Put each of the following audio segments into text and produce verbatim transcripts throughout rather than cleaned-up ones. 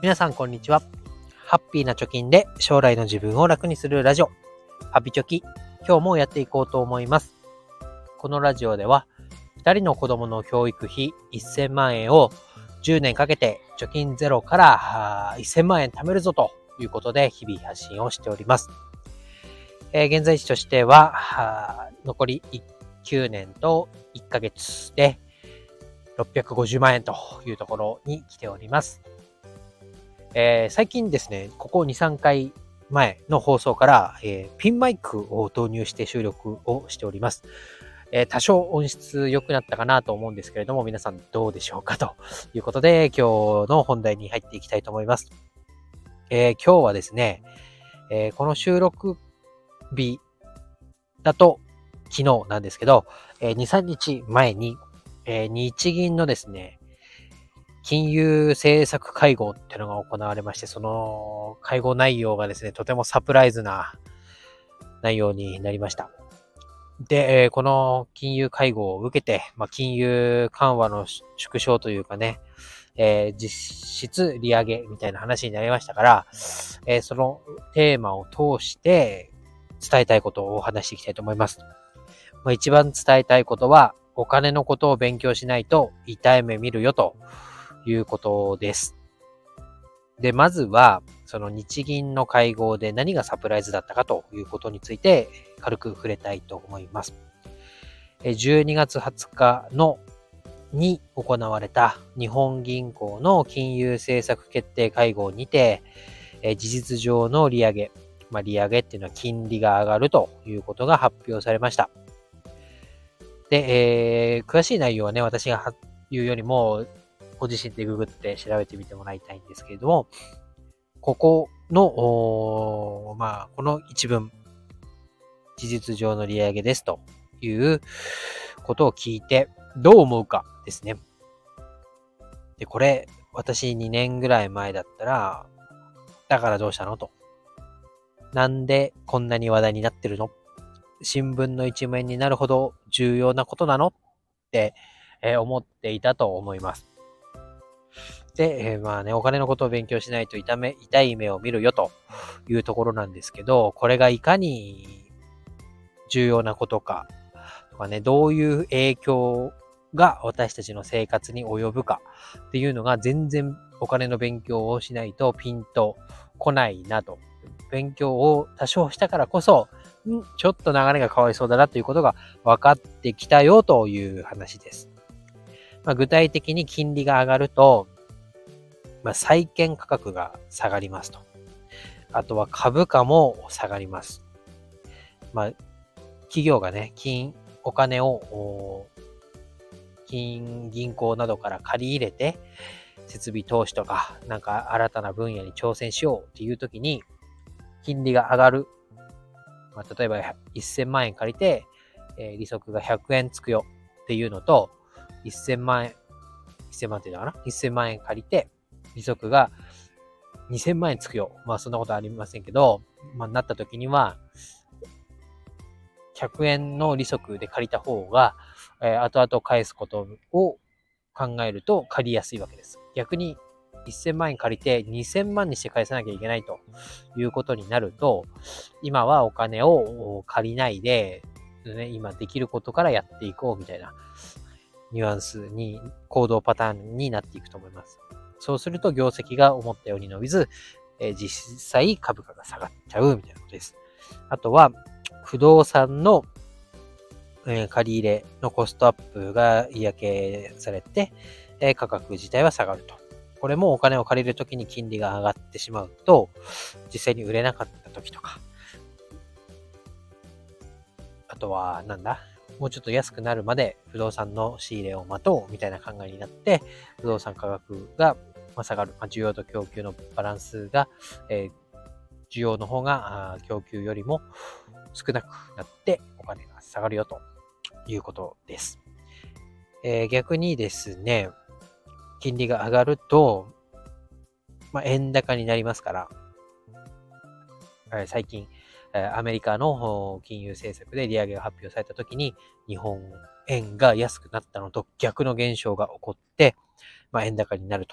皆さんこんにちは。ハッピーな貯金で将来の自分を楽にするラジオ、ハピチョキ、今日もやっていこうと思います。このラジオではふたりの子供の教育費せんまんえんをじゅうねんかけて貯金ゼロからせんまんえん貯めるぞということで日々発信をしております。えー、現在地としては残りきゅうねんといっかげつでろっぴゃくごじゅうまんえんというところに来ております。えー、最近ですね、ここに、さんかいまえの放送から、えー、ピンマイクを導入して収録をしております。えー、多少音質良くなったかなと思うんですけれども、皆さんどうでしょうかということで、今日の本題に入っていきたいと思います。えー、今日はですね、えー、この収録日だと昨日なんですけど、えー、に、さんにちまえに、えー、日銀のですね、金融政策会合っていうのが行われまして、その会合内容がですね、とてもサプライズな内容になりました。で、この金融会合を受けて、まあ、金融緩和の縮小というかね、えー、実質利上げみたいな話になりましたから、えー、そのテーマを通して伝えたいことを話していきたいと思います。まあ、一番伝えたいことは、お金のことを勉強しないと痛い目見るよということです。で、まずは、その日銀の会合で何がサプライズだったかということについて軽く触れたいと思います。じゅうにがつはつかのに行われた日本銀行の金融政策決定会合にて、事実上の利上げ、まあ、利上げっていうのは金利が上がるということが発表されました。で、えー、詳しい内容はね、私が言うよりも、ご自身でググって調べてみてもらいたいんですけれども、ここの、まあ、この一文、事実上の利上げですということを聞いて、どう思うかですね。で、これ、私にねんぐらい前だったら、だからどうしたのと。なんでこんなに話題になってるの？新聞の一面になるほど重要なことなのって、えー、思っていたと思います。で、えー、まあね、お金のことを勉強しないと痛め、痛い目を見るよというところなんですけど、これがいかに重要なことか、とかね、どういう影響が私たちの生活に及ぶかっていうのが全然お金の勉強をしないとピンとこないなと。勉強を多少したからこそ、んちょっと流れが変わりそうだなということが分かってきたよという話です。まあ、具体的に金利が上がると、まあ、債券価格が下がりますと。あとは株価も下がります。まあ、企業がね、金、お金を、金、銀行などから借り入れて、設備投資とか、なんか新たな分野に挑戦しようっていう時に、金利が上がる。まあ、例えばせんまんえん借りて、えー、利息がひゃくえんつくよっていうのと、せんまんえん、せんまんっていうのかな ?せんまんえん借りて、利息がにせんまんえんつくよ。まあそんなことありませんけど、まあなった時には、ひゃくえんの利息で借りた方が、えー、後々返すことを考えると借りやすいわけです。逆にせんまんえん借りてにせんまんにして返さなきゃいけないということになると、今はお金を借りないで、ね、今できることからやっていこうみたいなニュアンスに、行動パターンになっていくと思います。そうすると業績が思ったように伸びず、えー、実際株価が下がっちゃうみたいなことです。あとは、不動産の、えー、借り入れのコストアップが嫌気されて、えー、価格自体は下がると。これもお金を借りるときに金利が上がってしまうと、実際に売れなかったときとか、あとは、なんだもうちょっと安くなるまで不動産の仕入れを待とうみたいな考えになって、不動産価格が下がる。まあ、需要と供給のバランスが、えー、需要の方が供給よりも少なくなってお金が下がるよということです。えー、逆にですね、金利が上がると、まあ、円高になりますから、えー、最近、アメリカの金融政策で利上げが発表されたときに、日本円が安くなったのと逆の現象が起こって、まあ、円高になると。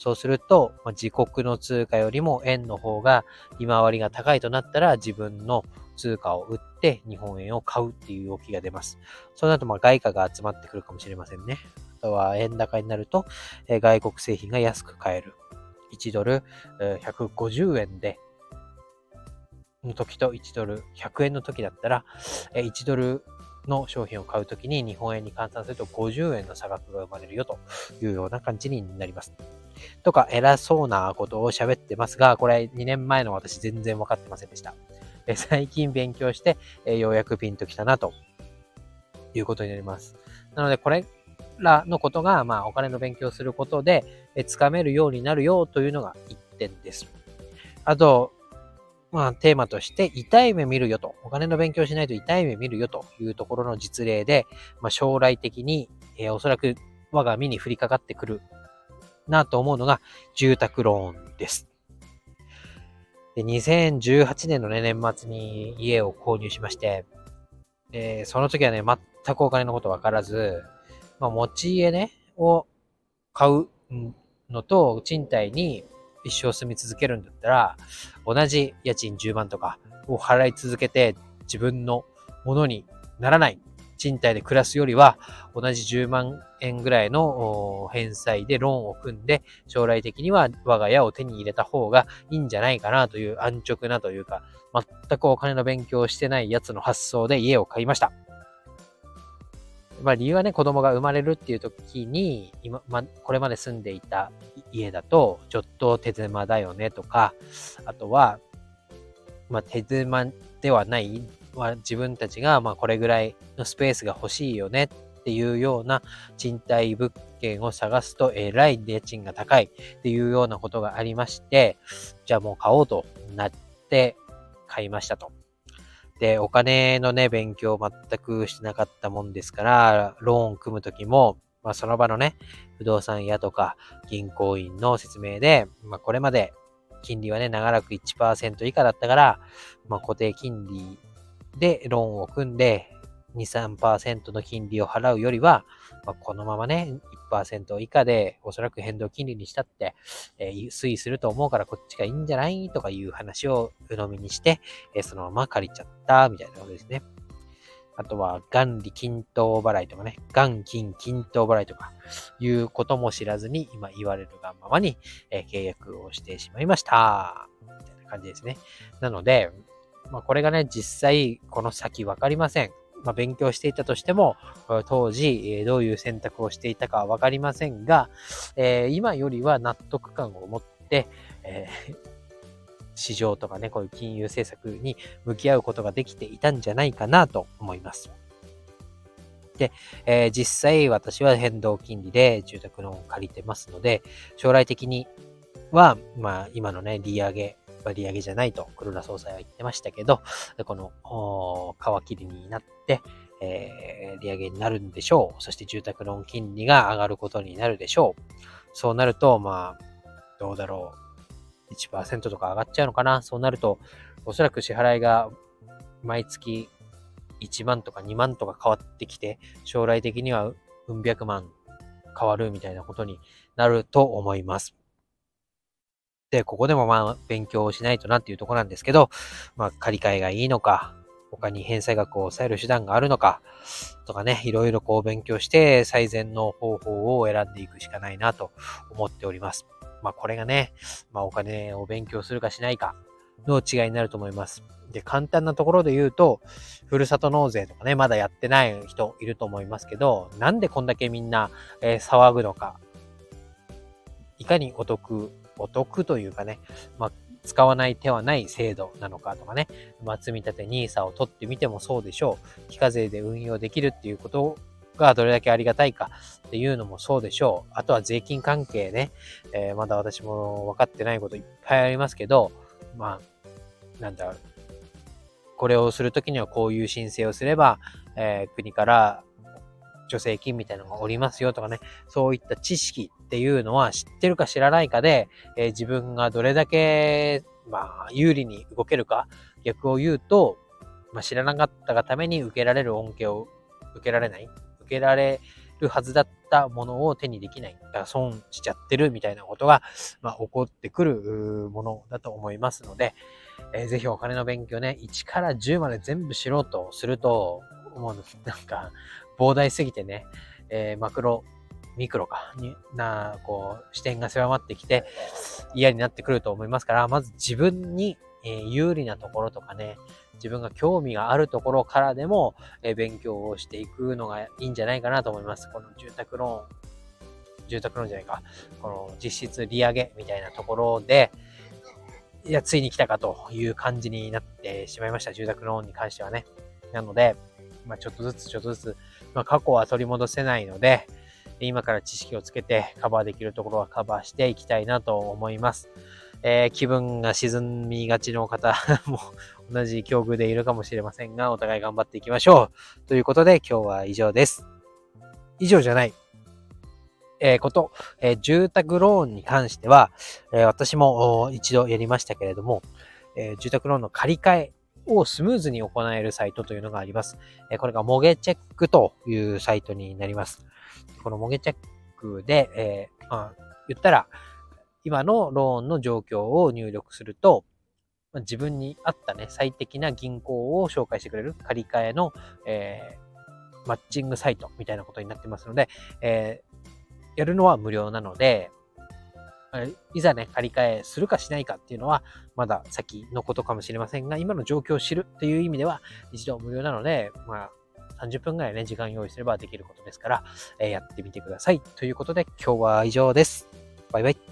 そうすると、まあ、自国の通貨よりも円の方が利回りが高いとなったら、自分の通貨を売って日本円を買うっていう動きが出ます。そうなると、まあ外貨が集まってくるかもしれませんね。あとは円高になると、えー外国製品が安く買える。いちドル、えーひゃくごじゅうえんで、の時といちドルひゃくえんの時だったら、えーいちドルの商品を買うときに日本円に換算するとごじゅうえんの差額が生まれるよというような感じになります。とか偉そうなことを喋ってますが、これにねんまえの私全然分かってませんでした。え最近勉強して、えようやくピンときたなということになります。なのでこれらのことが、まあお金の勉強をすることで、えつかめるようになるよというのがいってんです。あと、まあ、テーマとして、痛い目見るよと。お金の勉強しないと痛い目見るよというところの実例で、まあ、将来的に、えーおそらく我が身に降りかかってくるなと思うのが、住宅ローンです。で、にせんじゅうはちねんの、ね、年末に家を購入しまして、えーその時はね、全くお金のことわからず、まあ、持ち家ね、を買うのと、賃貸に一生住み続けるんだったら、同じ家賃じゅうまんとかを払い続けて自分のものにならない賃貸で暮らすよりは、同じじゅうまんえんぐらいの返済でローンを組んで、将来的には我が家を手に入れた方がいいんじゃないかなという安直なというか、全くお金の勉強をしてないやつの発想で家を買いました。まあ理由はね、子供が生まれるっていう時に、今、ま、これまで住んでいた家だと、ちょっと手狭だよねとか、あとは、まあ手狭ではない、まあ、自分たちがまあこれぐらいのスペースが欲しいよねっていうような賃貸物件を探すと、えらい家賃が高いっていうようなことがありまして、じゃあもう買おうとなって買いましたと。で、お金のね、勉強を全くしてなかったもんですから、ローン組むときも、まあその場のね、不動産屋とか銀行員の説明で、まあこれまで金利はね、長らくいちパーセント以下だったから、まあ固定金利でローンを組んでに、さんパーセントの金利を払うよりは、まあ、このままね、いちパーセント以下でおそらく変動金利にしたって、えー、推移すると思うからこっちがいいんじゃないとかいう話を鵜呑みにして、えー、そのまま借りちゃったみたいなことですね。あとは、元利均等払いとかね、元金均等払いとかいうことも知らずに今言われるがままに、えー、契約をしてしまいました。みたいな感じですね。なので、まあ、これがね、実際この先わかりません。まあ、勉強していたとしても、当時どういう選択をしていたかはわかりませんが、えー、今よりは納得感を持って、えー、市場とかね、こういう金融政策に向き合うことができていたんじゃないかなと思います。で、えー、実際私は変動金利で住宅ローンを借りてますので、将来的には、まあ、今のね、利上げ、利上げじゃないと黒田総裁は言ってましたけど、この皮切りになって、えー、利上げになるんでしょう。そして住宅ローン金利が上がることになるでしょう。そうなると、まあ、どうだろう。いちパーセント とか上がっちゃうのかな。そうなると、おそらく支払いが毎月いちまんとかにまんとか変わってきて、将来的にはうん百万変わるみたいなことになると思います。で、ここでもまあ勉強をしないとなっていうところなんですけど、まあ借り換えがいいのか、他に返済額を抑える手段があるのか、とかね、いろいろこう勉強して最善の方法を選んでいくしかないなと思っております。まあこれがね、まあお金を勉強するかしないかの違いになると思います。で、簡単なところで言うと、ふるさと納税とかね、まだやってない人いると思いますけど、なんでこんだけみんな、えー、騒ぐのか、いかにお得、お得というかね、まあ、使わない手はない制度なのかとかね、まあ、積み立て ニーサ を取ってみてもそうでしょう。非課税で運用できるっていうことがどれだけありがたいかっていうのもそうでしょう。あとは税金関係ね、えー、まだ私も分かってないこといっぱいありますけど、まあ、なんだ、これをするときにはこういう申請をすれば、えー、国から助成金みたいなのがおりますよとかね、そういった知識っていうのは知ってるか知らないかで、えー、自分がどれだけ、まあ、有利に動けるか、逆を言うと、まあ、知らなかったがために受けられる恩恵を受けられない、受けられるはずだったものを手にできない、だから損しちゃってるみたいなことが、まあ、起こってくるものだと思いますので、えー、ぜひお金の勉強ね、いちからじゅうまで全部知ろうとすると、もうなんか膨大すぎてね、えー、マクロ、ミクロかにな、こう、視点が狭まってきて嫌になってくると思いますから、まず自分に、えー、有利なところとかね、自分が興味があるところからでも、えー、勉強をしていくのがいいんじゃないかなと思います。この住宅ローン、住宅ローンじゃないか、この実質利上げみたいなところで、いや、ついに来たかという感じになってしまいました。住宅ローンに関してはね。なので、まあ、ちょっとずつちょっとずつ、まあ、過去は取り戻せないので、今から知識をつけてカバーできるところはカバーしていきたいなと思います。えー、気分が沈みがちの方も同じ境遇でいるかもしれませんが、お互い頑張っていきましょう。ということで今日は以上です。以上じゃない。えー、こと、えー、住宅ローンに関しては、えー、私も一度やりましたけれども、えー、住宅ローンの借り換えをスムーズに行えるサイトというのがあります。えー、これがモゲチェックというサイトになります。このモゲチェックで、えーまあ、言ったら、今のローンの状況を入力すると、まあ、自分に合ったね、最適な銀行を紹介してくれる借り換えの、えー、マッチングサイトみたいなことになってますので、えーやるのは無料なので、いざね、借り換えするかしないかっていうのは、まだ先のことかもしれませんが、今の状況を知るっていう意味では、一度無料なので、まあ、さんじゅっぷんぐらいね、時間用意すればできることですから、えー、やってみてください。ということで、今日は以上です。バイバイ。